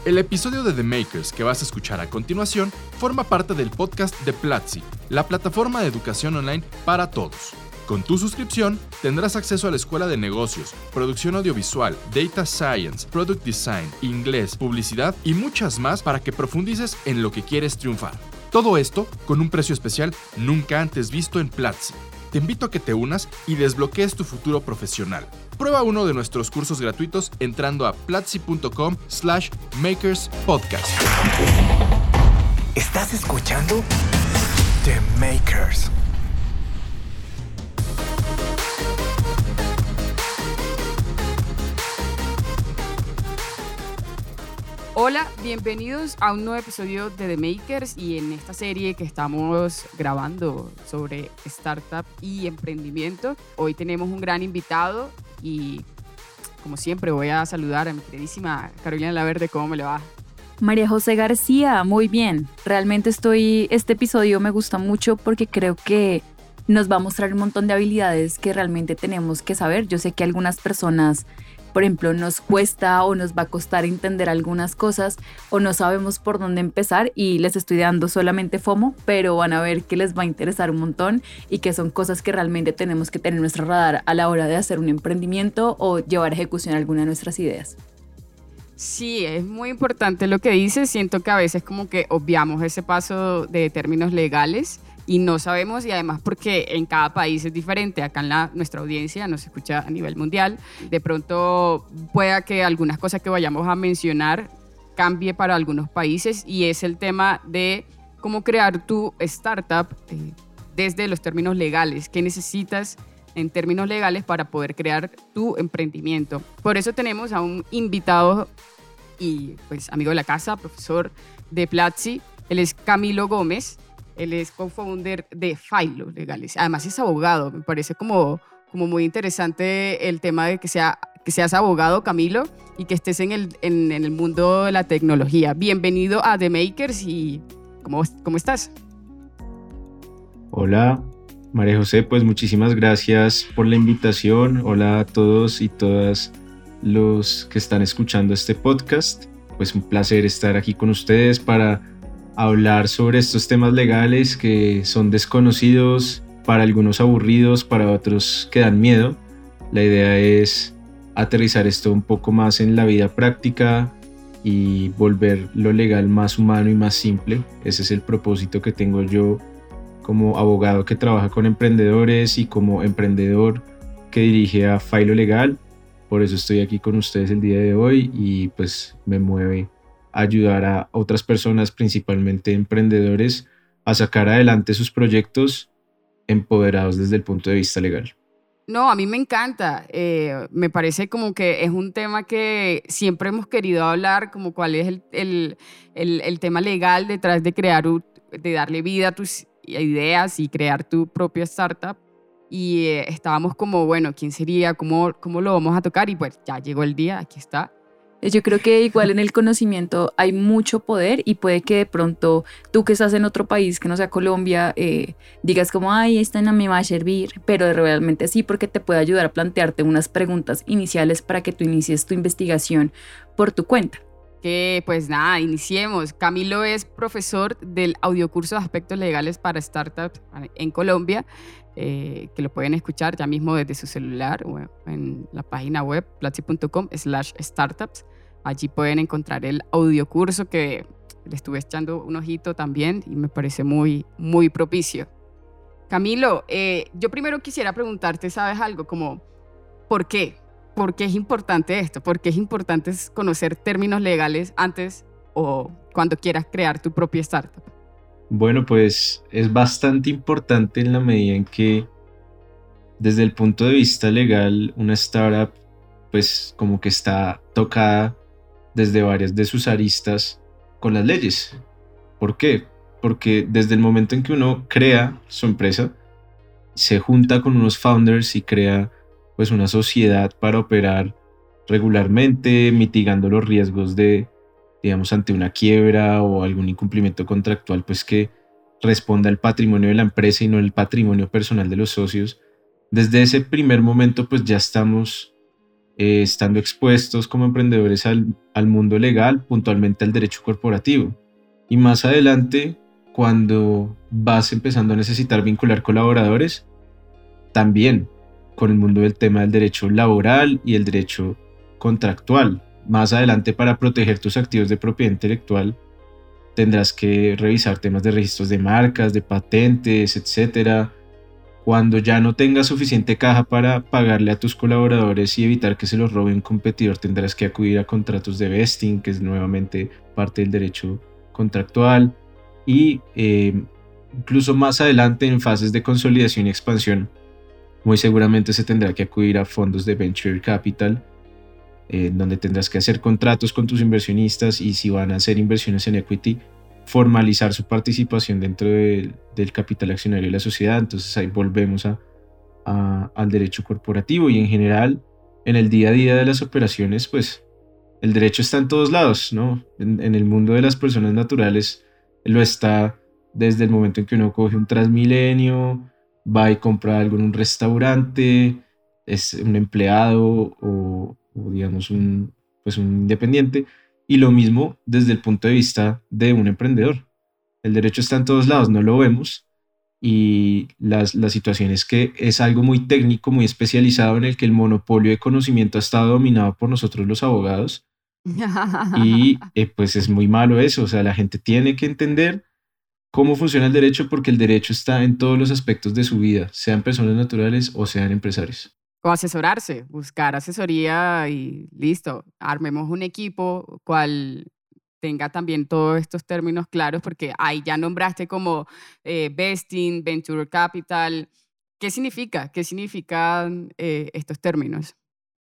El episodio de The Makers que vas a escuchar a continuación forma parte del podcast de Platzi, la plataforma de educación online para todos. Con tu suscripción tendrás acceso a la escuela de negocios, producción audiovisual, data science, product design, inglés, publicidad y muchas más para que profundices en lo que quieres triunfar. Todo esto con un precio especial nunca antes visto en Platzi. Te invito a que te unas y desbloquees tu futuro profesional. Prueba uno de nuestros cursos gratuitos entrando a platzi.com/makerspodcast. ¿Estás escuchando? The Makers. Hola, bienvenidos a un nuevo episodio de The Makers y en esta serie que estamos grabando sobre startup y emprendimiento. Hoy tenemos un gran invitado y como siempre voy a saludar a mi queridísima Carolina Laverde. ¿Cómo me le va? María José García, muy bien. Realmente este episodio me gusta mucho porque creo que nos va a mostrar un montón de habilidades que realmente tenemos que saber. Yo sé que algunas personas, por ejemplo, nos cuesta o nos va a costar entender algunas cosas o no sabemos por dónde empezar y les estoy dando solamente FOMO, pero van a ver que les va a interesar un montón y que son cosas que realmente tenemos que tener en nuestro radar a la hora de hacer un emprendimiento o llevar a ejecución alguna de nuestras ideas. Sí, es muy importante lo que dices. Siento que a veces como que obviamos ese paso de términos legales y no sabemos, y además porque en cada país es diferente. Acá en nuestra audiencia nos escucha a nivel mundial. De pronto pueda que algunas cosas que vayamos a mencionar cambie para algunos países y es el tema de cómo crear tu startup desde los términos legales. ¿Qué necesitas en términos legales para poder crear tu emprendimiento? Por eso tenemos a un invitado y pues amigo de la casa, profesor de Platzi. Él es Camilo Gómez. Él es co-founder de Philo Legales. Además es abogado. Me parece como muy interesante el tema de que seas abogado, Camilo, y que estés en el mundo de la tecnología. Bienvenido a The Makers y ¿cómo estás? Hola, María José, pues muchísimas gracias por la invitación. Hola a todos y todas los que están escuchando este podcast. Pues un placer estar aquí con ustedes para hablar sobre estos temas legales que son desconocidos, para algunos aburridos, para otros que dan miedo. La idea es aterrizar esto un poco más en la vida práctica y volver lo legal más humano y más simple. Ese es el propósito que tengo yo como abogado que trabaja con emprendedores y como emprendedor que dirige a Philo Legal. Por eso estoy aquí con ustedes el día de hoy y pues me mueve ayudar a otras personas, principalmente emprendedores, a sacar adelante sus proyectos empoderados desde el punto de vista legal. No, a mí me encanta. Me parece como que es un tema que siempre hemos querido hablar, como cuál es el tema legal detrás de de darle vida a tus ideas y crear tu propia startup. Y estábamos como, bueno, ¿quién sería? ¿Cómo lo vamos a tocar? Y pues ya llegó el día, aquí está. Yo creo que igual en el conocimiento hay mucho poder y puede que de pronto tú que estás en otro país que no sea Colombia digas como, ay, esto no me va a servir, pero realmente sí, porque te puede ayudar a plantearte unas preguntas iniciales para que tú inicies tu investigación por tu cuenta. Que pues nada, iniciemos. Camilo es profesor del audiocurso de aspectos legales para startups en Colombia, que lo pueden escuchar ya mismo desde su celular o en la página web platzi.com/startups. Allí pueden encontrar el audiocurso que le estuve echando un ojito también y me parece muy, muy propicio. Camilo, yo primero quisiera preguntarte, ¿sabes algo? Como, ¿por qué? ¿Por qué es importante esto? ¿Por qué es importante conocer términos legales antes o cuando quieras crear tu propia startup? Bueno, pues es bastante importante en la medida en que desde el punto de vista legal una startup pues como que está tocada desde varias de sus aristas con las leyes. ¿Por qué? Porque desde el momento en que uno crea su empresa, se junta con unos founders y crea pues una sociedad para operar regularmente, mitigando los riesgos de, digamos, ante una quiebra o algún incumplimiento contractual, pues que responda al patrimonio de la empresa y no el patrimonio personal de los socios. Desde ese primer momento, pues ya estamos estando expuestos como emprendedores al mundo legal, puntualmente al derecho corporativo. Y más adelante, cuando vas empezando a necesitar vincular colaboradores, también con el mundo del tema del derecho laboral y el derecho contractual. Más adelante, para proteger tus activos de propiedad intelectual, tendrás que revisar temas de registros de marcas, de patentes, etcétera. Cuando ya no tengas suficiente caja para pagarle a tus colaboradores y evitar que se los robe un competidor, tendrás que acudir a contratos de vesting, que es nuevamente parte del derecho contractual. Y incluso más adelante, en fases de consolidación y expansión, muy seguramente se tendrá que acudir a fondos de venture capital, donde tendrás que hacer contratos con tus inversionistas y, si van a hacer inversiones en equity, formalizar su participación dentro del capital accionario de la sociedad. Entonces ahí volvemos al derecho corporativo, y en general en el día a día de las operaciones, pues el derecho está en todos lados, ¿no? En el mundo de las personas naturales lo está desde el momento en que uno coge un Transmilenio, va y compra algo en un restaurante, es un empleado o digamos pues un independiente. Y lo mismo desde el punto de vista de un emprendedor. El derecho está en todos lados, no lo vemos. Y la situación es que es algo muy técnico, muy especializado, en el que el monopolio de conocimiento ha estado dominado por nosotros los abogados. Y pues es muy malo eso. O sea, la gente tiene que entender cómo funciona el derecho, porque el derecho está en todos los aspectos de su vida, sean personas naturales o sean empresarios. O asesorarse, buscar asesoría y listo, armemos un equipo cual tenga también todos estos términos claros, porque ahí ya nombraste como vesting, venture capital. ¿Qué significa? ¿Qué significan estos términos?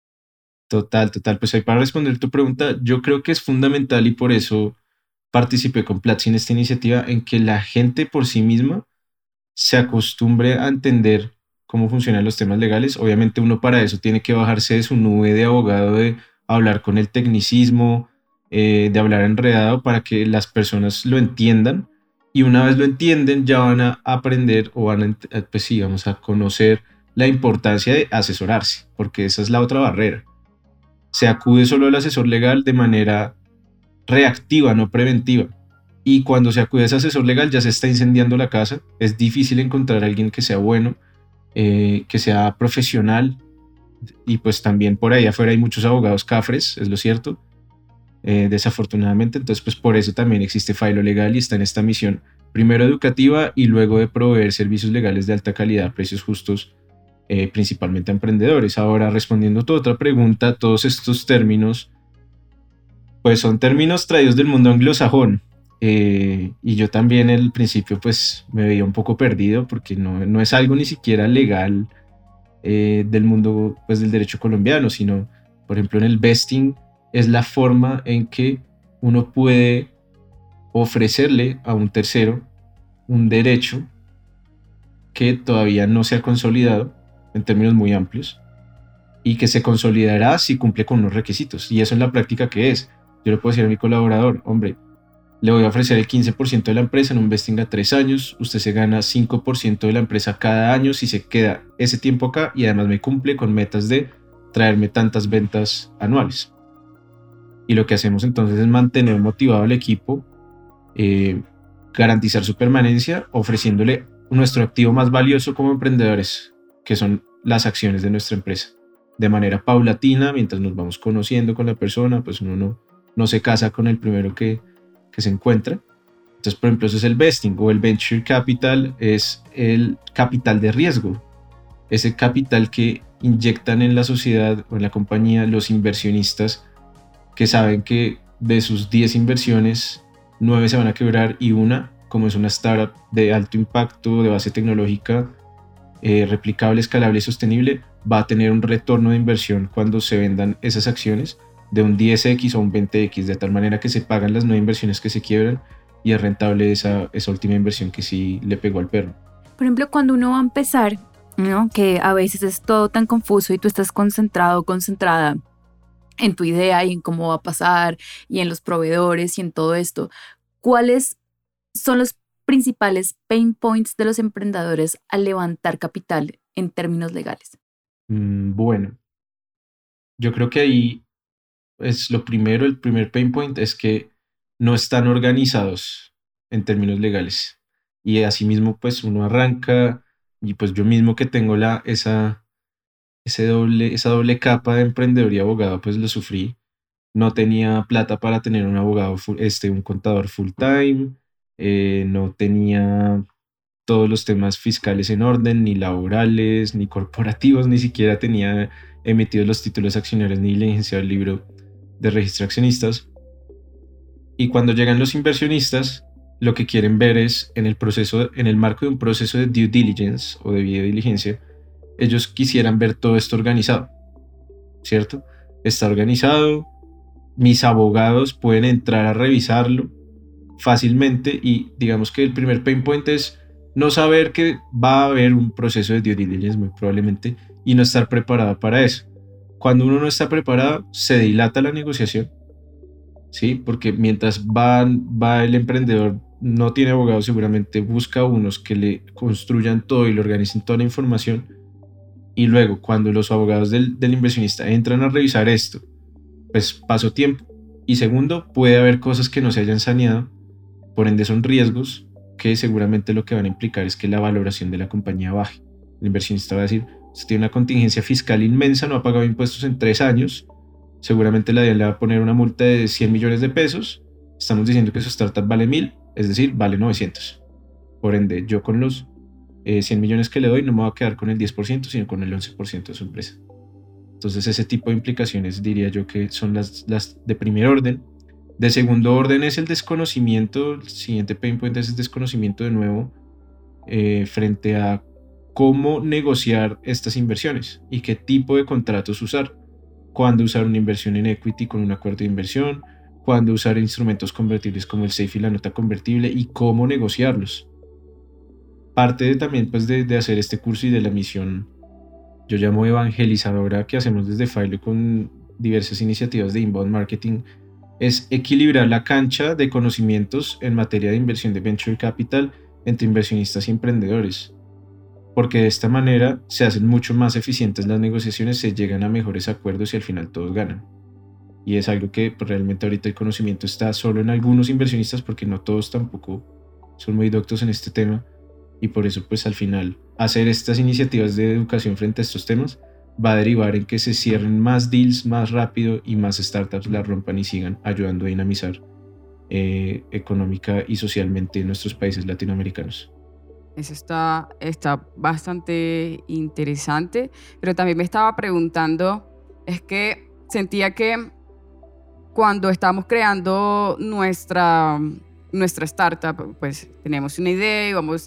Total, total. Pues ahí, para responder tu pregunta, yo creo que es fundamental, y por eso participé con Platzi en esta iniciativa, en que la gente por sí misma se acostumbre a entender cómo funcionan los temas legales. Obviamente uno para eso tiene que bajarse de su nube de abogado, de hablar con el tecnicismo, de hablar enredado, para que las personas lo entiendan. Y una vez lo entienden, ya van a aprender, o van a, pues sí, vamos a conocer la importancia de asesorarse, porque esa es la otra barrera. Se acude solo al asesor legal de manera reactiva, no preventiva. Y cuando se acude a ese asesor legal, ya se está incendiando la casa. Es difícil encontrar a alguien que sea bueno, que sea profesional. Y pues también por ahí afuera hay muchos abogados cafres, es lo cierto, desafortunadamente. Entonces pues por eso también existe Filo Legal, y está en esta misión, primero educativa y luego de proveer servicios legales de alta calidad a precios justos, principalmente a emprendedores. Ahora, respondiendo a tu otra pregunta, todos estos términos pues son términos traídos del mundo anglosajón. Y yo también al principio pues me veía un poco perdido, porque no es algo ni siquiera legal, del mundo pues del derecho colombiano, sino por ejemplo en el vesting es la forma en que uno puede ofrecerle a un tercero un derecho que todavía no se ha consolidado en términos muy amplios, y que se consolidará si cumple con unos requisitos. Y eso en la práctica, ¿qué es? Yo le puedo decir a mi colaborador: hombre, le voy a ofrecer el 15% de la empresa en un vesting a 3 años, usted se gana 5% de la empresa cada año si se queda ese tiempo acá, y además me cumple con metas de traerme tantas ventas anuales. Y lo que hacemos entonces es mantener motivado al equipo, garantizar su permanencia, ofreciéndole nuestro activo más valioso como emprendedores, que son las acciones de nuestra empresa, de manera paulatina, mientras nos vamos conociendo con la persona. Pues uno no se casa con el primero que se encuentra. Entonces, por ejemplo, eso es el vesting. O el venture capital es el capital de riesgo, ese capital que inyectan en la sociedad o en la compañía los inversionistas, que saben que de sus 10 inversiones, 9 se van a quebrar, y una, como es una startup de alto impacto, de base tecnológica, replicable, escalable y sostenible, va a tener un retorno de inversión cuando se vendan esas acciones de un 10x o un 20x, de tal manera que se pagan las 9 inversiones que se quiebran, y es rentable esa última inversión que sí le pegó al perro. Por ejemplo, cuando uno va a empezar, ¿no? Que a veces es todo tan confuso y tú estás concentrado, concentrada en tu idea y en cómo va a pasar y en los proveedores y en todo esto, ¿cuáles son los principales pain points de los emprendedores al levantar capital en términos legales? Bueno, yo creo que ahí es lo primero, el primer pain point es que no están organizados en términos legales. Y asimismo, pues uno arranca, y pues yo mismo que tengo esa doble capa de emprendedor y abogado, pues lo sufrí. No tenía plata para tener un abogado, un contador full time, no tenía todos los temas fiscales en orden, ni laborales, ni corporativos, ni siquiera tenía emitidos los títulos accionarios ni diligenciado el libro de registro de accionistas. Y cuando llegan los inversionistas, lo que quieren ver es en el marco de un proceso de due diligence o de debida diligencia, ellos quisieran ver todo esto organizado, ¿cierto? Está organizado, mis abogados pueden entrar a revisarlo fácilmente y digamos que el primer pain point es no saber que va a haber un proceso de due diligence muy probablemente y no estar preparado para eso. Cuando uno no está preparado, se dilata la negociación, ¿sí? Porque mientras va el emprendedor, no tiene abogado, seguramente busca unos que le construyan todo y le organicen toda la información. Y luego, cuando los abogados del inversionista entran a revisar esto, pues pasó tiempo. Y segundo, puede haber cosas que no se hayan saneado, por ende son riesgos que seguramente lo que van a implicar es que la valoración de la compañía baje. El inversionista va a decir, usted tiene una contingencia fiscal inmensa, no ha pagado impuestos en 3 años, seguramente la DIAN le va a poner una multa de 100 millones de pesos, estamos diciendo que su startup vale 1.000, es decir, vale 900. Por ende, yo con los 100 millones que le doy no me voy a quedar con el 10%, sino con el 11% de su empresa. Entonces ese tipo de implicaciones diría yo que son las de primer orden. De segundo orden es el desconocimiento, el siguiente pain point es el desconocimiento de nuevo frente a cómo negociar estas inversiones y qué tipo de contratos usar. Cuándo usar una inversión en equity con un acuerdo de inversión, cuándo usar instrumentos convertibles como el SAFE y la nota convertible y cómo negociarlos. Parte también pues de hacer este curso y de la misión, yo llamo evangelizadora, que hacemos desde File con diversas iniciativas de inbound marketing, es equilibrar la cancha de conocimientos en materia de inversión de venture capital entre inversionistas y emprendedores, porque de esta manera se hacen mucho más eficientes las negociaciones, se llegan a mejores acuerdos y al final todos ganan. Y es algo que pues, realmente ahorita el conocimiento está solo en algunos inversionistas, porque no todos tampoco son muy doctos en este tema, y por eso pues al final hacer estas iniciativas de educación frente a estos temas va a derivar en que se cierren más deals más rápido y más startups la rompan y sigan ayudando a dinamizar económica y socialmente en nuestros países latinoamericanos. Eso está bastante interesante, pero también me estaba preguntando, es que sentía que cuando estamos creando nuestra startup, pues tenemos una idea y vamos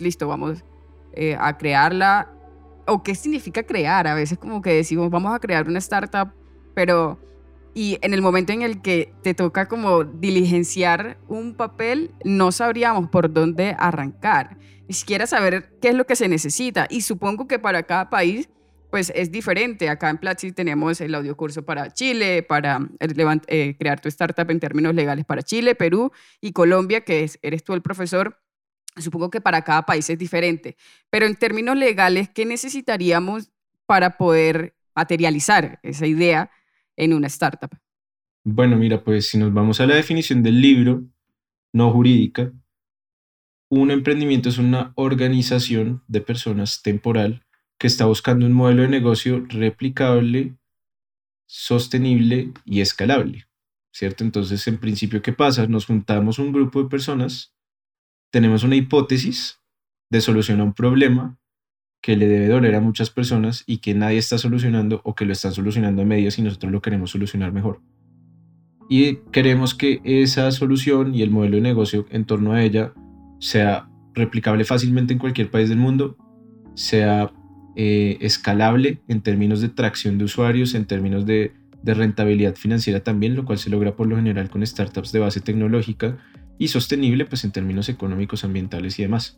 a crearla. ¿O qué significa crear? A veces como que decimos, vamos a crear una startup, y en el momento en el que te toca como diligenciar un papel, no sabríamos por dónde arrancar, ni siquiera saber qué es lo que se necesita. Y supongo que para cada país pues es diferente. Acá en Platzi tenemos el audiocurso para Chile, para crear tu startup en términos legales para Chile, Perú y Colombia, que eres tú el profesor. Supongo que para cada país es diferente. Pero en términos legales, ¿qué necesitaríamos para poder materializar esa idea en una startup? Bueno, mira, pues si nos vamos a la definición del libro, no jurídica, un emprendimiento es una organización de personas temporal que está buscando un modelo de negocio replicable, sostenible y escalable, ¿cierto? Entonces, en principio, ¿qué pasa? Nos juntamos un grupo de personas, tenemos una hipótesis de solución a un problema que le debe doler a muchas personas y que nadie está solucionando, o que lo están solucionando a medias y nosotros lo queremos solucionar mejor. Y queremos que esa solución y el modelo de negocio en torno a ella sea replicable fácilmente en cualquier país del mundo, sea escalable en términos de tracción de usuarios, en términos de rentabilidad financiera también, lo cual se logra por lo general con startups de base tecnológica, y sostenible pues en términos económicos, ambientales y demás.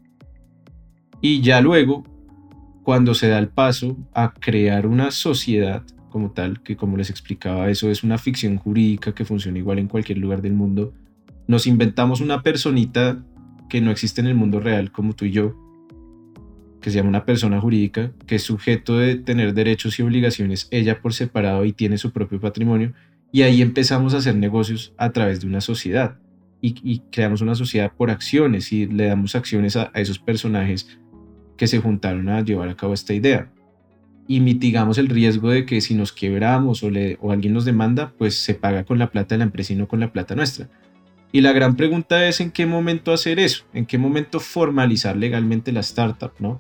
Y ya luego, cuando se da el paso a crear una sociedad como tal, que como les explicaba, eso es una ficción jurídica que funciona igual en cualquier lugar del mundo, nos inventamos una personita que no existe en el mundo real como tú y yo, que se llama una persona jurídica, que es sujeto de tener derechos y obligaciones ella por separado y tiene su propio patrimonio, y ahí empezamos a hacer negocios a través de una sociedad y creamos una sociedad por acciones y le damos acciones a esos personajes que se juntaron a llevar a cabo esta idea. Y mitigamos el riesgo de que si nos quebramos o alguien nos demanda, pues se paga con la plata de la empresa y no con la plata nuestra. Y la gran pregunta es en qué momento hacer eso, en qué momento formalizar legalmente la startup, ¿no?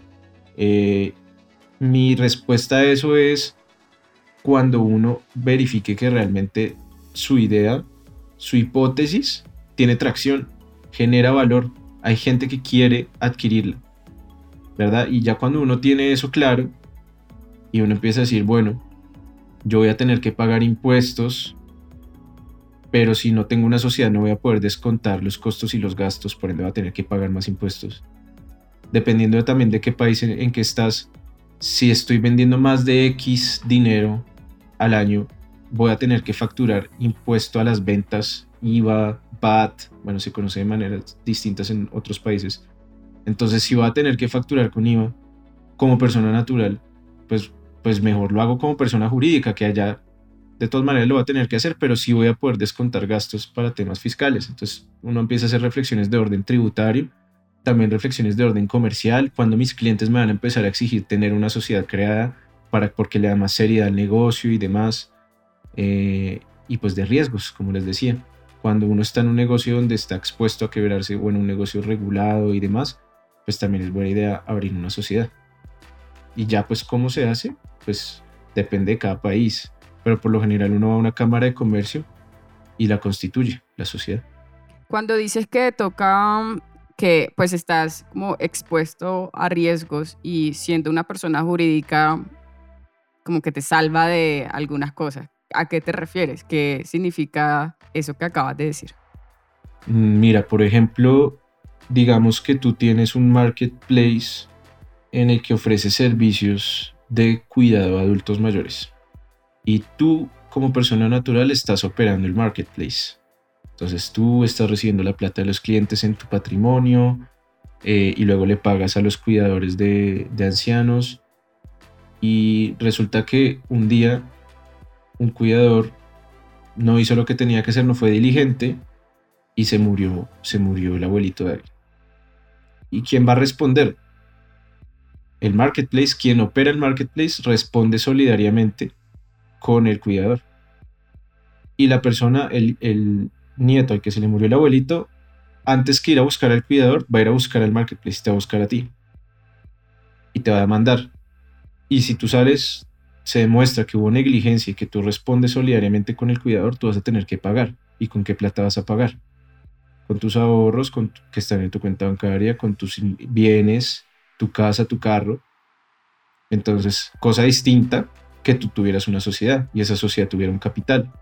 Mi respuesta a eso es cuando uno verifique que realmente su idea, su hipótesis, tiene tracción, genera valor, hay gente que quiere adquirirla, ¿verdad? Y ya cuando uno tiene eso claro y uno empieza a decir, bueno, yo voy a tener que pagar impuestos, pero si no tengo una sociedad no voy a poder descontar los costos y los gastos, por ende voy a tener que pagar más impuestos. Dependiendo también de qué país en que estás, si estoy vendiendo más de X dinero al año, voy a tener que facturar impuesto a las ventas, IVA, VAT, bueno, se conoce de maneras distintas en otros países. Entonces, si voy a tener que facturar con IVA como persona natural, pues mejor lo hago como persona jurídica, que allá de todas maneras lo va a tener que hacer, pero sí voy a poder descontar gastos para temas fiscales. Entonces, uno empieza a hacer reflexiones de orden tributario, también reflexiones de orden comercial, cuando mis clientes me van a empezar a exigir tener una sociedad creada porque le da más seriedad al negocio y demás, y pues de riesgos, como les decía. Cuando uno está en un negocio donde está expuesto a quebrarse o en un negocio regulado y demás, pues también es buena idea abrir una sociedad. Y ya pues cómo se hace, pues depende de cada país, pero por lo general uno va a una cámara de comercio y la constituye, la sociedad. Cuando dices que toca, que pues estás como expuesto a riesgos y siendo una persona jurídica como que te salva de algunas cosas, ¿a qué te refieres? ¿Qué significa eso que acabas de decir? Mira, por ejemplo, digamos que tú tienes un marketplace en el que ofreces servicios de cuidado a adultos mayores y tú como persona natural estás operando el marketplace. Entonces tú estás recibiendo la plata de los clientes en tu patrimonio y luego le pagas a los cuidadores de ancianos, y resulta que un día un cuidador no hizo lo que tenía que hacer, no fue diligente y se murió el abuelito de él. ¿Y quién va a responder? El marketplace, quien opera el marketplace, responde solidariamente con el cuidador. Y la persona, el nieto al que se le murió el abuelito, antes que ir a buscar al cuidador, va a ir a buscar al marketplace, te va a buscar a ti. Y te va a demandar. Y si tú sales, se demuestra que hubo negligencia y que tú respondes solidariamente con el cuidador, tú vas a tener que pagar. ¿Y con qué plata vas a pagar? Con tus ahorros que están en tu cuenta bancaria, con tus bienes, tu casa, tu carro. Entonces, cosa distinta que tú tuvieras una sociedad y esa sociedad tuviera un capital.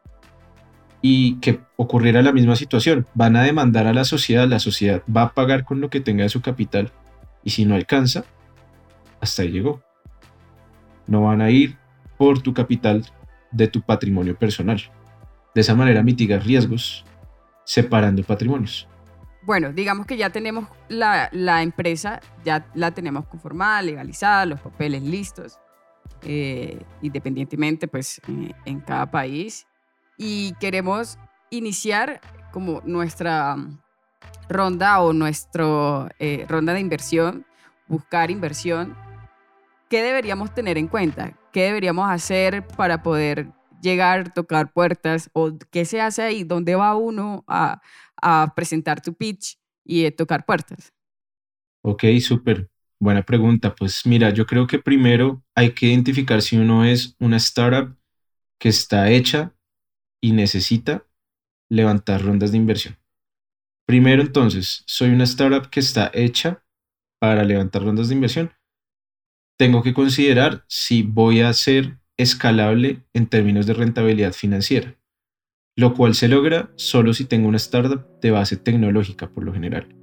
Y que ocurriera la misma situación. Van a demandar a la sociedad va a pagar con lo que tenga de su capital, y si no alcanza, hasta ahí llegó. No van a ir por tu capital de tu patrimonio personal. De esa manera mitigas riesgos separando patrimonios. Bueno, digamos que ya tenemos la empresa, ya la tenemos conformada, legalizada, los papeles listos, independientemente pues en cada país, y queremos iniciar como nuestra ronda o nuestra ronda de inversión, buscar inversión. ¿Qué deberíamos tener en cuenta? ¿Qué deberíamos hacer para poder llegar, tocar puertas? ¿O qué se hace ahí? ¿Dónde va uno a presentar tu pitch y tocar puertas? Ok, súper. Buena pregunta. Pues mira, yo creo que primero hay que identificar si uno es una startup que está hecha y necesita levantar rondas de inversión. Primero, entonces, soy una startup que está hecha para levantar rondas de inversión. Tengo que considerar si voy a ser escalable en términos de rentabilidad financiera, lo cual se logra solo si tengo una startup de base tecnológica por lo general.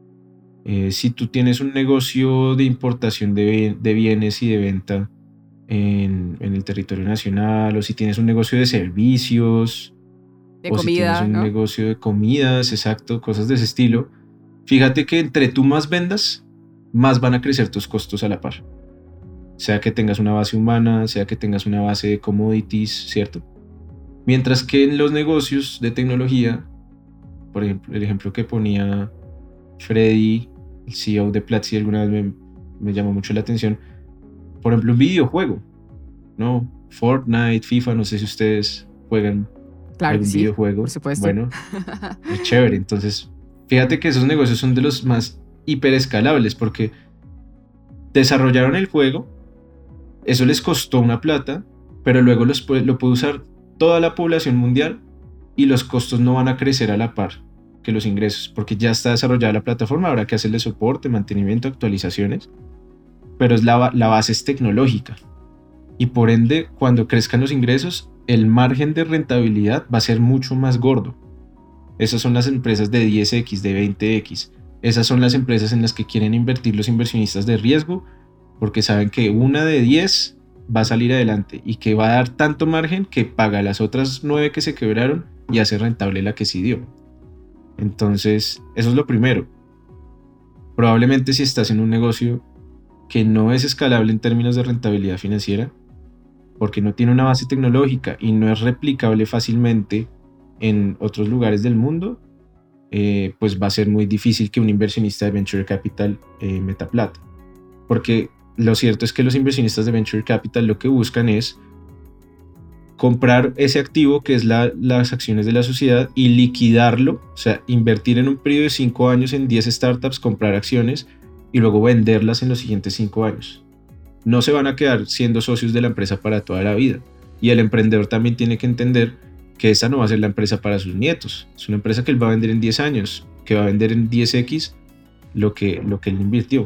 Si tú tienes un negocio de importación de bienes y de venta en el territorio nacional, o si tienes un negocio de servicios, De o comida, si tienes un ¿no? negocio de comidas, exacto, cosas de ese estilo, fíjate que entre tú más vendas, más van a crecer tus costos a la par. Sea que tengas una base humana, sea que tengas una base de commodities, ¿cierto? Mientras que en los negocios de tecnología, por ejemplo, el ejemplo que ponía Freddy, el CEO de Platzi, alguna vez me llamó mucho la atención. Por ejemplo, un videojuego, ¿no? Fortnite, FIFA, no sé si ustedes juegan algún videojuego. Por supuesto. Bueno, es chévere. Entonces, fíjate que esos negocios son de los más hiperescalables porque desarrollaron el juego, eso les costó una plata, pero luego lo puede usar toda la población mundial y los costos no van a crecer a la par que los ingresos, porque ya está desarrollada la plataforma, habrá que hacerle soporte, mantenimiento, actualizaciones, pero la base es tecnológica y por ende cuando crezcan los ingresos el margen de rentabilidad va a ser mucho más gordo. Esas son las empresas de 10x, de 20x. Esas son las empresas en las que quieren invertir los inversionistas de riesgo porque saben que una de 10 va a salir adelante y que va a dar tanto margen que paga las otras 9 que se quebraron y hace rentable la que sí dio. Entonces, eso es lo primero. Probablemente si estás en un negocio que no es escalable en términos de rentabilidad financiera, porque no tiene una base tecnológica y no es replicable fácilmente en otros lugares del mundo, pues va a ser muy difícil que un inversionista de Venture Capital meta plata. Porque lo cierto es que los inversionistas de Venture Capital lo que buscan es comprar ese activo que es las acciones de la sociedad y liquidarlo, o sea, invertir en un periodo de 5 años en 10 startups, comprar acciones y luego venderlas en los siguientes 5 años. No se van a quedar siendo socios de la empresa para toda la vida. Y el emprendedor también tiene que entender que esa no va a ser la empresa para sus nietos. Es una empresa que él va a vender en 10 años, que va a vender en 10x lo que él invirtió.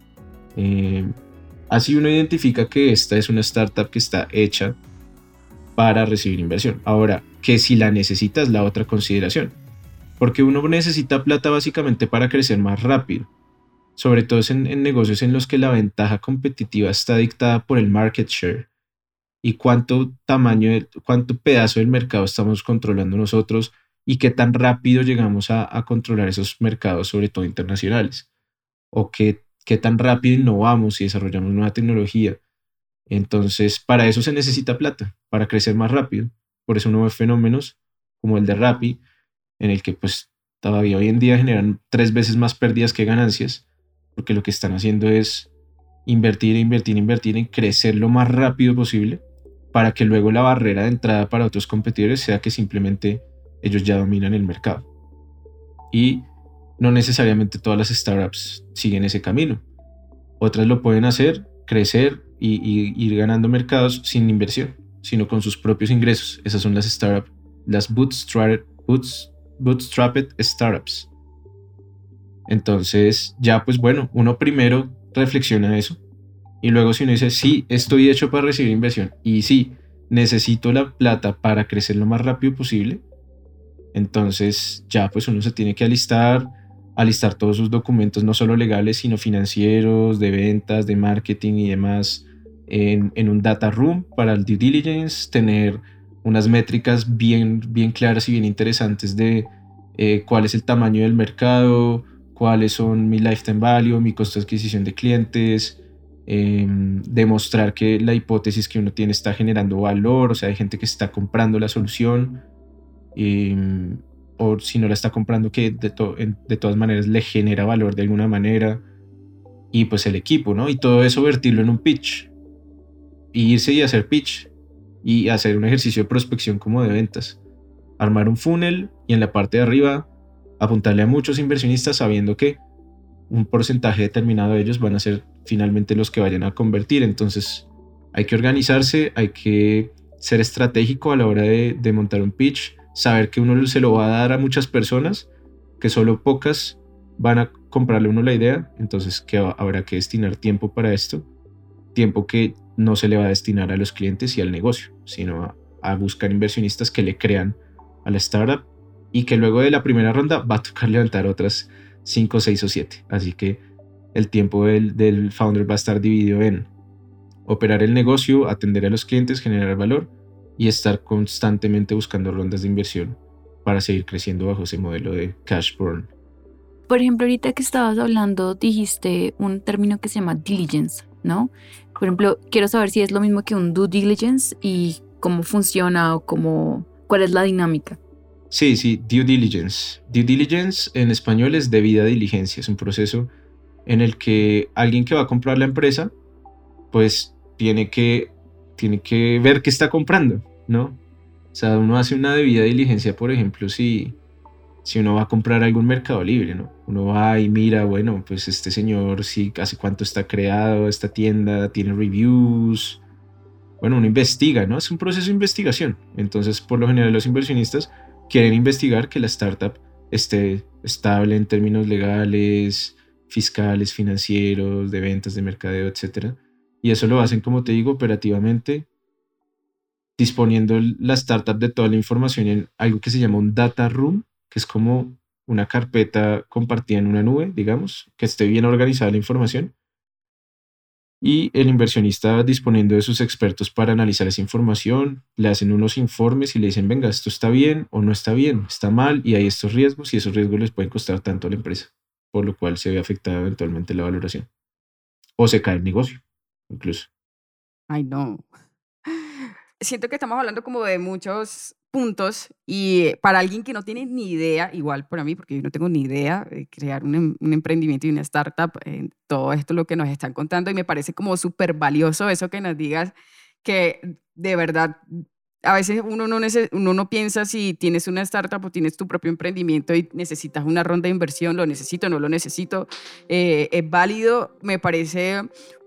Así uno identifica que esta es una startup que está hecha para recibir inversión. Ahora, que si la necesita es la otra consideración. Porque uno necesita plata básicamente para crecer más rápido. Sobre todo en negocios en los que la ventaja competitiva está dictada por el market share y cuánto pedazo del mercado estamos controlando nosotros y qué tan rápido llegamos a controlar esos mercados, sobre todo internacionales, o qué tan rápido innovamos y desarrollamos nueva tecnología. Entonces, para eso se necesita plata, para crecer más rápido. Por eso uno ve fenómenos como el de Rappi, en el que pues todavía hoy en día generan 3 veces más pérdidas que ganancias, porque lo que están haciendo es invertir en crecer lo más rápido posible para que luego la barrera de entrada para otros competidores sea que simplemente ellos ya dominan el mercado. Y no necesariamente todas las startups siguen ese camino. Otras lo pueden hacer, crecer y ir ganando mercados sin inversión, sino con sus propios ingresos. Esas son las startups, las bootstrapped startups. Entonces ya pues bueno, uno primero reflexiona eso y luego si uno dice sí, estoy hecho para recibir inversión y sí, necesito la plata para crecer lo más rápido posible, entonces ya pues uno se tiene que alistar todos sus documentos, no solo legales sino financieros, de ventas, de marketing y demás en un data room para el due diligence, tener unas métricas bien claras y bien interesantes de cuál es el tamaño del mercado, cuáles son mi lifetime value, mi costo de adquisición de clientes, demostrar que la hipótesis que uno tiene está generando valor, o sea, hay gente que está comprando la solución, o si no la está comprando, que de todas maneras le genera valor de alguna manera, y pues el equipo, ¿no? Y todo eso vertirlo en un pitch, y irse y hacer pitch, y hacer un ejercicio de prospección como de ventas, armar un funnel y en la parte de arriba apuntarle a muchos inversionistas sabiendo que un porcentaje determinado de ellos van a ser finalmente los que vayan a convertir. Entonces hay que organizarse, hay que ser estratégico a la hora de montar un pitch, saber que uno se lo va a dar a muchas personas, que solo pocas van a comprarle a uno la idea, entonces que habrá que destinar tiempo para esto, tiempo que no se le va a destinar a los clientes y al negocio, sino a buscar inversionistas que le crean a la startup y que luego de la primera ronda va a tocar levantar otras 5, 6 o 7. Así que el tiempo del founder va a estar dividido en operar el negocio, atender a los clientes, generar valor y estar constantemente buscando rondas de inversión para seguir creciendo bajo ese modelo de cash burn. por ejemplo, ahorita que estabas hablando, dijiste un término que se llama diligence, ¿no? Por ejemplo, quiero saber si es lo mismo que un due diligence y cómo funciona o cuál es la dinámica. Sí, due diligence. Due diligence en español es debida diligencia. Es un proceso en el que alguien que va a comprar la empresa, pues tiene que ver qué está comprando, ¿no? O sea, uno hace una debida diligencia, por ejemplo, si uno va a comprar algo en Mercado Libre, ¿no? Uno va y mira, bueno, pues este señor, sí, hace cuánto está creado esta tienda, tiene reviews. Bueno, uno investiga, ¿no? Es un proceso de investigación. Entonces, por lo general, los inversionistas quieren investigar que la startup esté estable en términos legales, fiscales, financieros, de ventas, de mercadeo, etc. Y eso lo hacen, como te digo, operativamente, disponiendo la startup de toda la información en algo que se llama un data room, que es como una carpeta compartida en una nube, digamos, que esté bien organizada la información. Y el inversionista disponiendo de sus expertos para analizar esa información, le hacen unos informes y le dicen, venga, esto está bien o no está bien, está mal y hay estos riesgos y esos riesgos les pueden costar tanto a la empresa, por lo cual se ve afectada eventualmente la valoración. O se cae el negocio, incluso. Ay, no. Siento que estamos hablando como de muchos puntos y para alguien que no tiene ni idea, igual para mí, porque yo no tengo ni idea de crear un emprendimiento y una startup, todo esto lo que nos están contando y me parece como súper valioso eso que nos digas que de verdad a veces uno no piensa si tienes una startup o tienes tu propio emprendimiento y necesitas una ronda de inversión, lo necesito, no lo necesito, es válido, me parece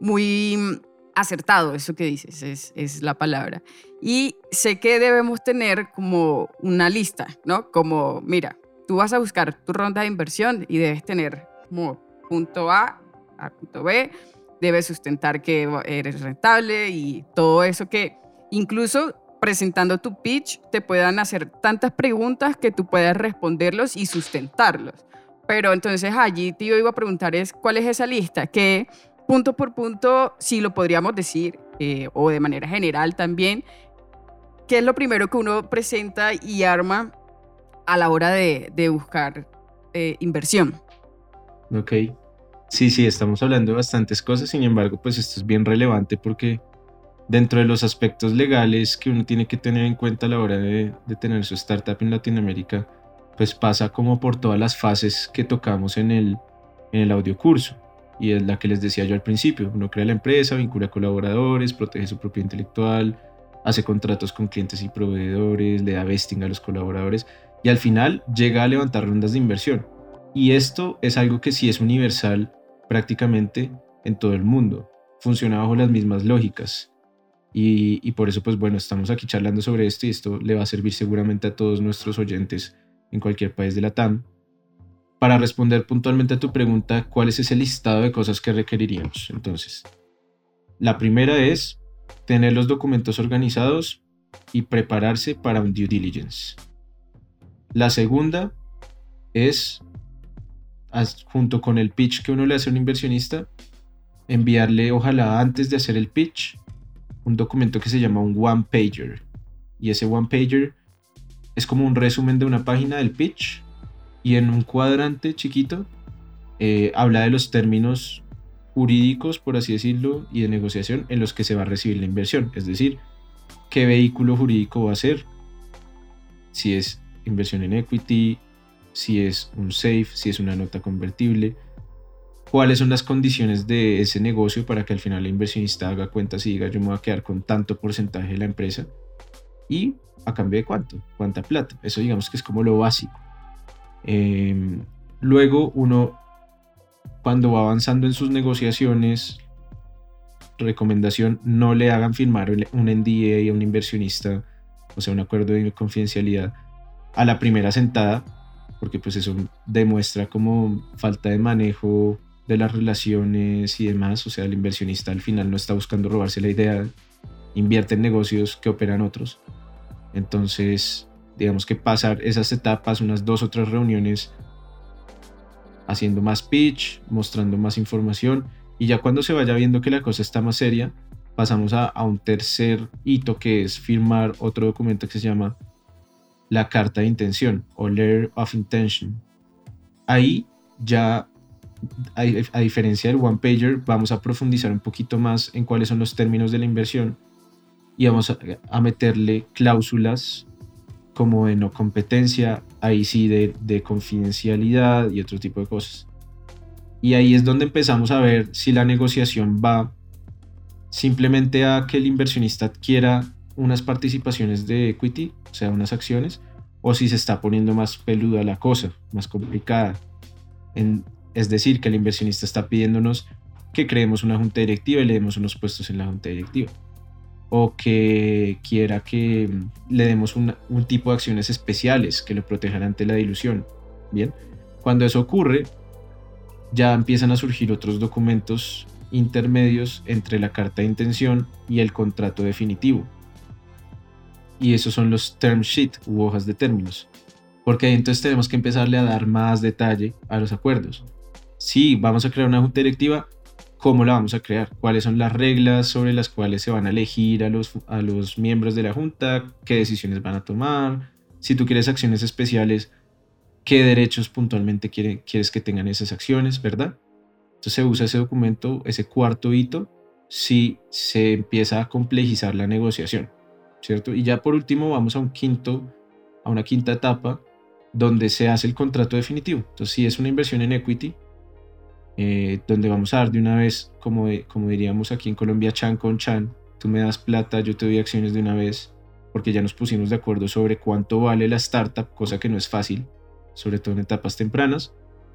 muy acertado eso que dices, es la palabra. Y sé que debemos tener como una lista, ¿no? Como, mira, tú vas a buscar tu ronda de inversión y debes tener como punto A punto B, debes sustentar que eres rentable y todo eso que incluso presentando tu pitch te puedan hacer tantas preguntas que tú puedas responderlos y sustentarlos. Pero entonces allí te iba a preguntar ¿cuál es esa lista? Que punto por punto, si lo podríamos decir, o de manera general también, ¿qué es lo primero que uno presenta y arma a la hora de buscar inversión? Ok. Sí, estamos hablando de bastantes cosas, sin embargo, pues esto es bien relevante porque dentro de los aspectos legales que uno tiene que tener en cuenta a la hora de tener su startup en Latinoamérica, pues pasa como por todas las fases que tocamos en el audiocurso. Y es la que les decía yo al principio. Uno crea la empresa, vincula colaboradores, protege su propiedad intelectual, hace contratos con clientes y proveedores, le da vesting a los colaboradores y al final llega a levantar rondas de inversión. Y esto es algo que sí es universal prácticamente en todo el mundo. Funciona bajo las mismas lógicas. Y por eso, pues bueno, estamos aquí charlando sobre esto y esto le va a servir seguramente a todos nuestros oyentes en cualquier país de la TAM. Para responder puntualmente a tu pregunta, ¿cuál es ese listado de cosas que requeriríamos? Entonces, la primera es tener los documentos organizados y prepararse para un due diligence. La segunda es, junto con el pitch que uno le hace a un inversionista, enviarle, ojalá antes de hacer el pitch, un documento que se llama un one-pager. Y ese one-pager es como un resumen de una página del pitch. Y en un cuadrante chiquito habla de los términos jurídicos, por así decirlo, y de negociación en los que se va a recibir la inversión. Es decir, qué vehículo jurídico va a ser, si es inversión en equity, si es un SAFE, si es una nota convertible, cuáles son las condiciones de ese negocio para que al final el inversionista haga cuentas y diga yo me voy a quedar con tanto porcentaje de la empresa y a cambio de cuánta plata. Eso digamos que es como lo básico. Luego uno, cuando va avanzando en sus negociaciones, recomendación, no le hagan firmar un NDA a un inversionista, o sea, un acuerdo de confidencialidad a la primera sentada, porque pues eso demuestra como falta de manejo de las relaciones y demás. O sea, el inversionista al final no está buscando robarse la idea, invierte en negocios que operan otros. Entonces, digamos que pasar esas etapas, unas 2 o 3 reuniones, haciendo más pitch, mostrando más información, y ya cuando se vaya viendo que la cosa está más seria, pasamos a un tercer hito, que es firmar otro documento que se llama la carta de intención o letter of intention. Ahí ya a diferencia del one pager, vamos a profundizar un poquito más en cuáles son los términos de la inversión y vamos a meterle cláusulas como de no competencia, ahí sí de confidencialidad y otro tipo de cosas. Y ahí es donde empezamos a ver si la negociación va simplemente a que el inversionista adquiera unas participaciones de equity, o sea, unas acciones, o si se está poniendo más peluda la cosa, más complicada. Es decir, que el inversionista está pidiéndonos que creemos una junta directiva y le demos unos puestos en la junta directiva. O que quiera que le demos un tipo de acciones especiales que lo protejan ante la dilución. Bien, cuando eso ocurre, ya empiezan a surgir otros documentos intermedios entre la carta de intención y el contrato definitivo. Y esos son los term sheet u hojas de términos. Porque ahí entonces tenemos que empezarle a dar más detalle a los acuerdos. Si vamos a crear una junta directiva, ¿cómo la vamos a crear? ¿Cuáles son las reglas sobre las cuales se van a elegir a los miembros de la junta? ¿Qué decisiones van a tomar? Si tú quieres acciones especiales, ¿qué derechos puntualmente quieres que tengan esas acciones, verdad? Entonces se usa ese documento, ese cuarto hito, si se empieza a complejizar la negociación, ¿cierto? Y ya por último vamos a una quinta etapa donde se hace el contrato definitivo. Entonces si es una inversión en equity, donde vamos a dar de una vez, como diríamos aquí en Colombia, chan con chan, tú me das plata, yo te doy acciones de una vez, porque ya nos pusimos de acuerdo sobre cuánto vale la startup, cosa que no es fácil, sobre todo en etapas tempranas.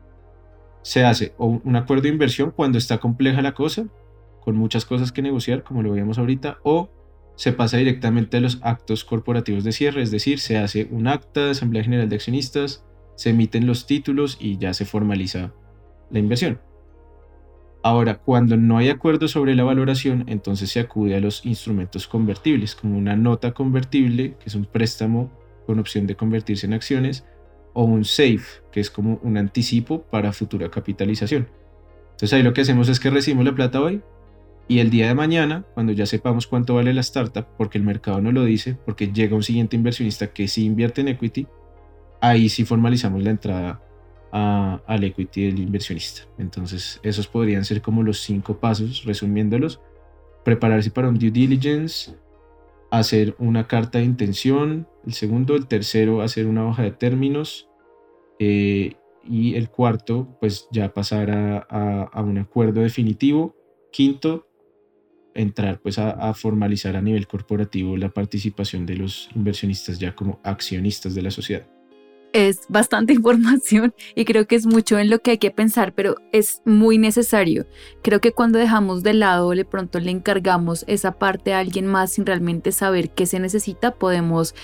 Se hace un acuerdo de inversión cuando está compleja la cosa, con muchas cosas que negociar, como lo veíamos ahorita, o se pasa directamente a los actos corporativos de cierre, es decir, se hace un acta de Asamblea General de Accionistas, se emiten los títulos y ya se formaliza la inversión. Ahora, cuando no hay acuerdo sobre la valoración, entonces se acude a los instrumentos convertibles, como una nota convertible, que es un préstamo con opción de convertirse en acciones, o un SAFE, que es como un anticipo para futura capitalización. Entonces ahí lo que hacemos es que recibimos la plata hoy y el día de mañana, cuando ya sepamos cuánto vale la startup, porque el mercado no lo dice, porque llega un siguiente inversionista que sí invierte en equity, ahí sí formalizamos la entrada al equity del inversionista. Entonces esos podrían ser como los 5 pasos, resumiéndolos: prepararse para un due diligence, hacer una carta de intención, el segundo, el tercero, hacer una hoja de términos, y el cuarto, pues ya pasar a un acuerdo definitivo. Quinto, entrar pues a formalizar a nivel corporativo la participación de los inversionistas ya como accionistas de la sociedad. Es bastante información y creo que es mucho en lo que hay que pensar, pero es muy necesario. Creo que cuando dejamos de lado, de pronto le encargamos esa parte a alguien más sin realmente saber qué se necesita, podemos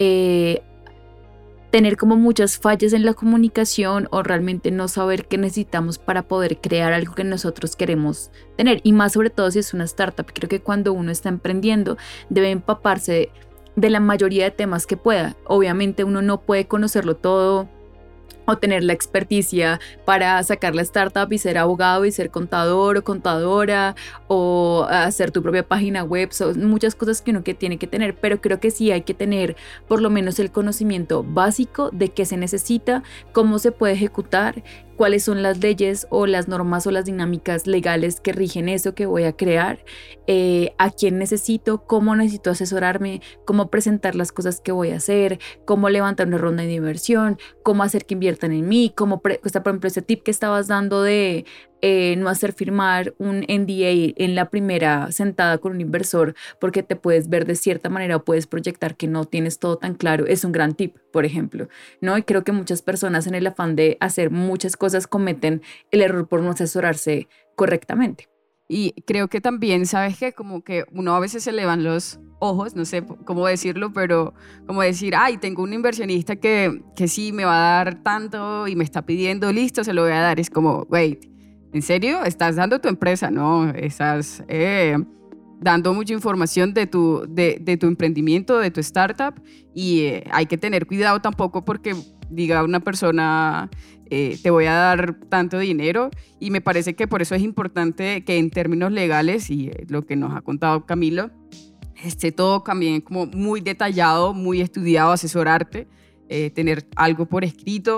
tener como muchas fallas en la comunicación o realmente no saber qué necesitamos para poder crear algo que nosotros queremos tener. Y más sobre todo si es una startup. Creo que cuando uno está emprendiendo debe empaparse de la mayoría de temas que pueda. Obviamente uno no puede conocerlo todo o tener la experticia para sacar la startup y ser abogado y ser contador o contadora o hacer tu propia página web. Son muchas cosas que uno tiene que tener, pero creo que sí hay que tener por lo menos el conocimiento básico de qué se necesita, cómo se puede ejecutar, cuáles son las leyes o las normas o las dinámicas legales que rigen eso que voy a crear, a quién necesito, cómo necesito asesorarme, cómo presentar las cosas que voy a hacer, cómo levantar una ronda de inversión, cómo hacer que inviertan en mí, cómo, por ejemplo, ese tip que estabas dando de no hacer firmar un NDA en la primera sentada con un inversor porque te puedes ver de cierta manera o puedes proyectar que no tienes todo tan claro, es un gran tip, por ejemplo, ¿no? Y creo que muchas personas en el afán de hacer muchas cosas cometen el error por no asesorarse correctamente. Y creo que también, ¿sabes qué? Como que uno a veces se le van los ojos, no sé cómo decirlo, pero como decir, ay, tengo un inversionista que sí me va a dar tanto y me está pidiendo, listo, se lo voy a dar. Es como, wait, ¿en serio? ¿Estás dando tu empresa? No, estás dando mucha información de tu emprendimiento, de tu startup, y hay que tener cuidado tampoco porque diga una persona, te voy a dar tanto dinero, y me parece que por eso es importante que en términos legales, y lo que nos ha contado Camilo, esté todo también como muy detallado, muy estudiado, asesorarte, tener algo por escrito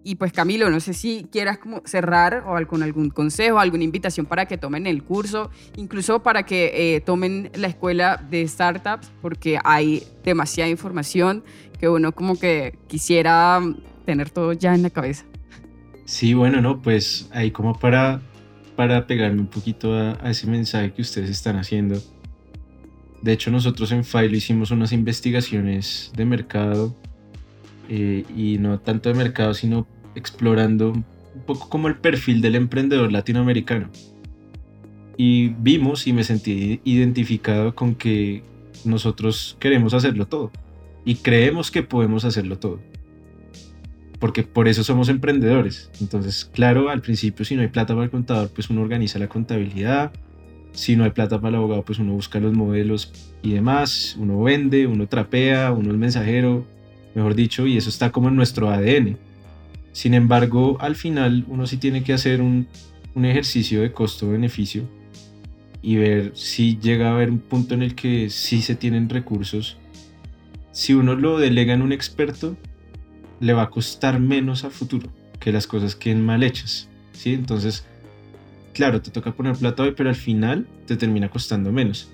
Y pues Camilo, no sé si quieras como cerrar o con algún consejo, alguna invitación para que tomen el curso, incluso para que tomen la escuela de startups, porque hay demasiada información que uno como que quisiera tener todo ya en la cabeza. Sí, bueno, no, pues ahí como para pegarme un poquito a ese mensaje que ustedes están haciendo. De hecho, nosotros en Philo hicimos unas investigaciones de mercado, y no tanto de mercado, sino explorando un poco como el perfil del emprendedor latinoamericano. Y vimos y me sentí identificado con que nosotros queremos hacerlo todo y creemos que podemos hacerlo todo. Porque por eso somos emprendedores. Entonces, claro, al principio si no hay plata para el contador, pues uno organiza la contabilidad. Si no hay plata para el abogado, pues uno busca los modelos y demás. Uno vende, uno trapea, uno es mensajero, mejor dicho, y eso está como en nuestro ADN. Sin embargo, al final uno sí tiene que hacer un ejercicio de costo-beneficio y ver si llega a haber un punto en el que sí se tienen recursos. Si uno lo delega en un experto, le va a costar menos a futuro que las cosas queden mal hechas, ¿sí? Entonces, claro, te toca poner plata hoy, pero al final te termina costando menos.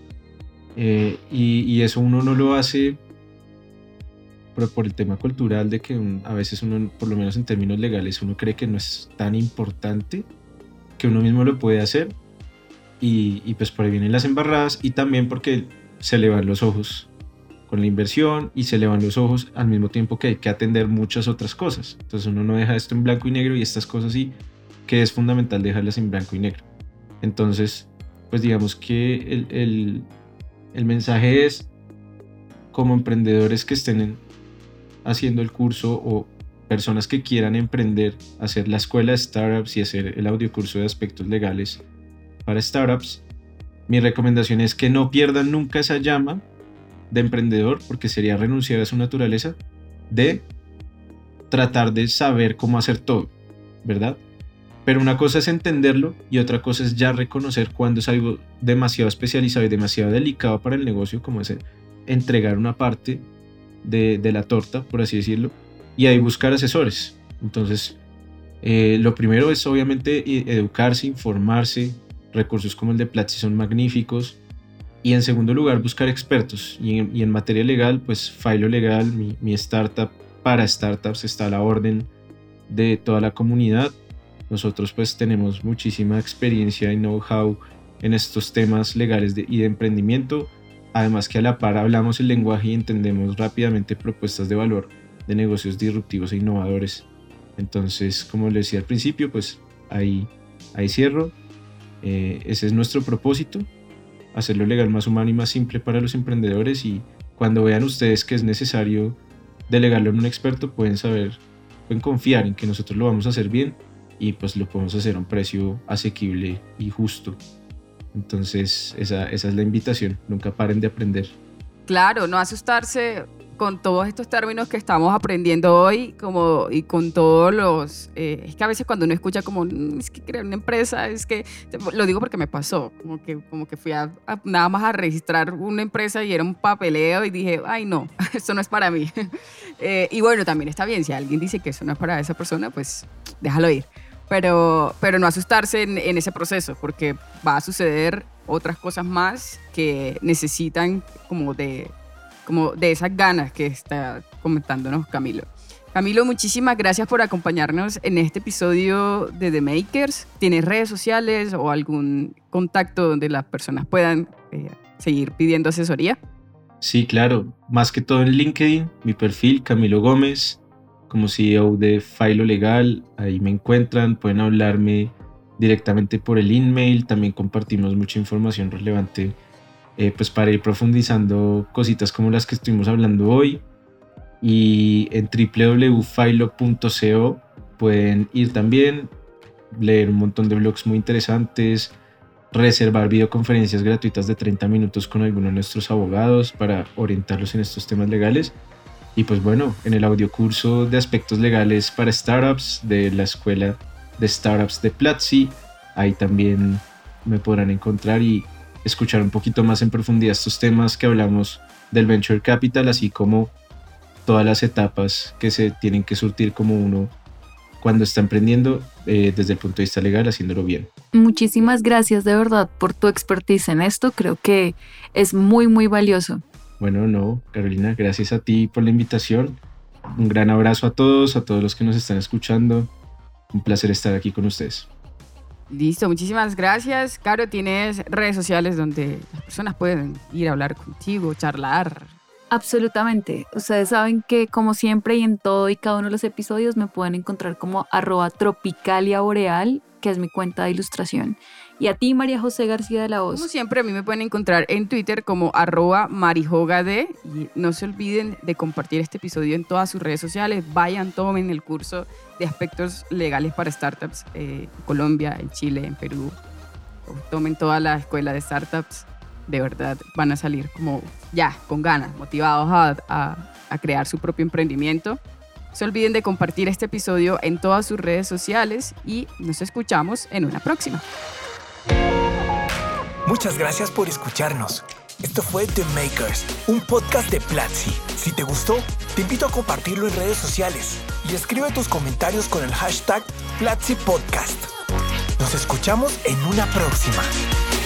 Y eso uno no lo hace por el tema cultural de que a veces uno, por lo menos en términos legales, uno cree que no es tan importante, que uno mismo lo puede hacer, y pues por ahí vienen las embarradas, y también porque se le van los ojos con la inversión y se le van los ojos al mismo tiempo que hay que atender muchas otras cosas. Entonces uno no deja esto en blanco y negro, y estas cosas sí que es fundamental dejarlas en blanco y negro. Entonces, pues digamos que el mensaje es, como emprendedores que estén haciendo el curso o personas que quieran emprender, hacer la escuela de startups y hacer el audiocurso de aspectos legales para startups, mi recomendación es que no pierdan nunca esa llama de emprendedor, porque sería renunciar a su naturaleza de tratar de saber cómo hacer todo, ¿verdad? Pero una cosa es entenderlo y otra cosa es ya reconocer cuando es algo demasiado especializado y demasiado delicado para el negocio, como es entregar una parte de la torta, por así decirlo, y ahí buscar asesores. Entonces, lo primero es obviamente educarse, informarse. Recursos como el de Platzi son magníficos. Y en segundo lugar, buscar expertos. Y en materia legal, pues Philo Legal, mi startup para startups, está a la orden de toda la comunidad. Nosotros pues tenemos muchísima experiencia y know-how en estos temas legales y de emprendimiento. Además que a la par hablamos el lenguaje y entendemos rápidamente propuestas de valor de negocios disruptivos e innovadores. Entonces, como les decía al principio, pues ahí cierro. Ese es nuestro propósito, hacerlo legal más humano y más simple para los emprendedores, y cuando vean ustedes que es necesario delegarlo en un experto, pueden confiar en que nosotros lo vamos a hacer bien y pues lo podemos hacer a un precio asequible y justo. Entonces esa es la invitación, nunca paren de aprender. Claro, no asustarse con todos estos términos que estamos aprendiendo hoy, y con todos los... es que a veces cuando uno escucha como, es que crear una empresa, es que... Lo digo porque me pasó, como que fui nada más a registrar una empresa y era un papeleo y dije, ay no, esto no es para mí. Y bueno, también está bien, si alguien dice que eso no es para esa persona, pues déjalo ir. Pero no asustarse en ese proceso, porque va a suceder otras cosas más que necesitan como de esas ganas que está comentándonos Camilo. Camilo, muchísimas gracias por acompañarnos en este episodio de The Makers. ¿Tienes redes sociales o algún contacto donde las personas puedan seguir pidiendo asesoría? Sí, claro. Más que todo en LinkedIn, mi perfil, Camilo Gómez, como CEO de Philo Legal. Ahí me encuentran, pueden hablarme directamente por el email. También compartimos mucha información relevante pues para ir profundizando cositas como las que estuvimos hablando hoy. Y en www.philo.co pueden ir también, leer un montón de blogs muy interesantes, reservar videoconferencias gratuitas de 30 minutos con algunos de nuestros abogados para orientarlos en estos temas legales. Y pues bueno, en el audiocurso de aspectos legales para startups de la escuela de startups de Platzi, ahí también me podrán encontrar y escuchar un poquito más en profundidad estos temas que hablamos del Venture Capital, así como todas las etapas que se tienen que surtir como uno cuando está emprendiendo desde el punto de vista legal, haciéndolo bien. Muchísimas gracias de verdad por tu expertise en esto. Creo que es muy, muy valioso. Bueno, no, Carolina, gracias a ti por la invitación. Un gran abrazo a todos los que nos están escuchando. Un placer estar aquí con ustedes. Listo, muchísimas gracias. Caro, ¿tienes redes sociales donde las personas pueden ir a hablar contigo, charlar? Absolutamente. Ustedes saben que como siempre y en todo y cada uno de los episodios me pueden encontrar como @tropicaliaboreal, que es mi cuenta de ilustración. Y a ti, María José García de la Hoz. Como siempre, a mí me pueden encontrar en Twitter como @marijogad. Y no se olviden de compartir este episodio en todas sus redes sociales. Vayan, tomen el curso de aspectos legales para startups en Colombia, en Chile, en Perú. Tomen toda la escuela de startups. De verdad, van a salir como ya, con ganas, motivados a crear su propio emprendimiento. No se olviden de compartir este episodio en todas sus redes sociales y nos escuchamos en una próxima. Muchas gracias por escucharnos. Esto fue The Makers, un podcast de Platzi. Si te gustó, te invito a compartirlo en redes sociales y escribe tus comentarios con el hashtag Platzi Podcast. Nos escuchamos en una próxima.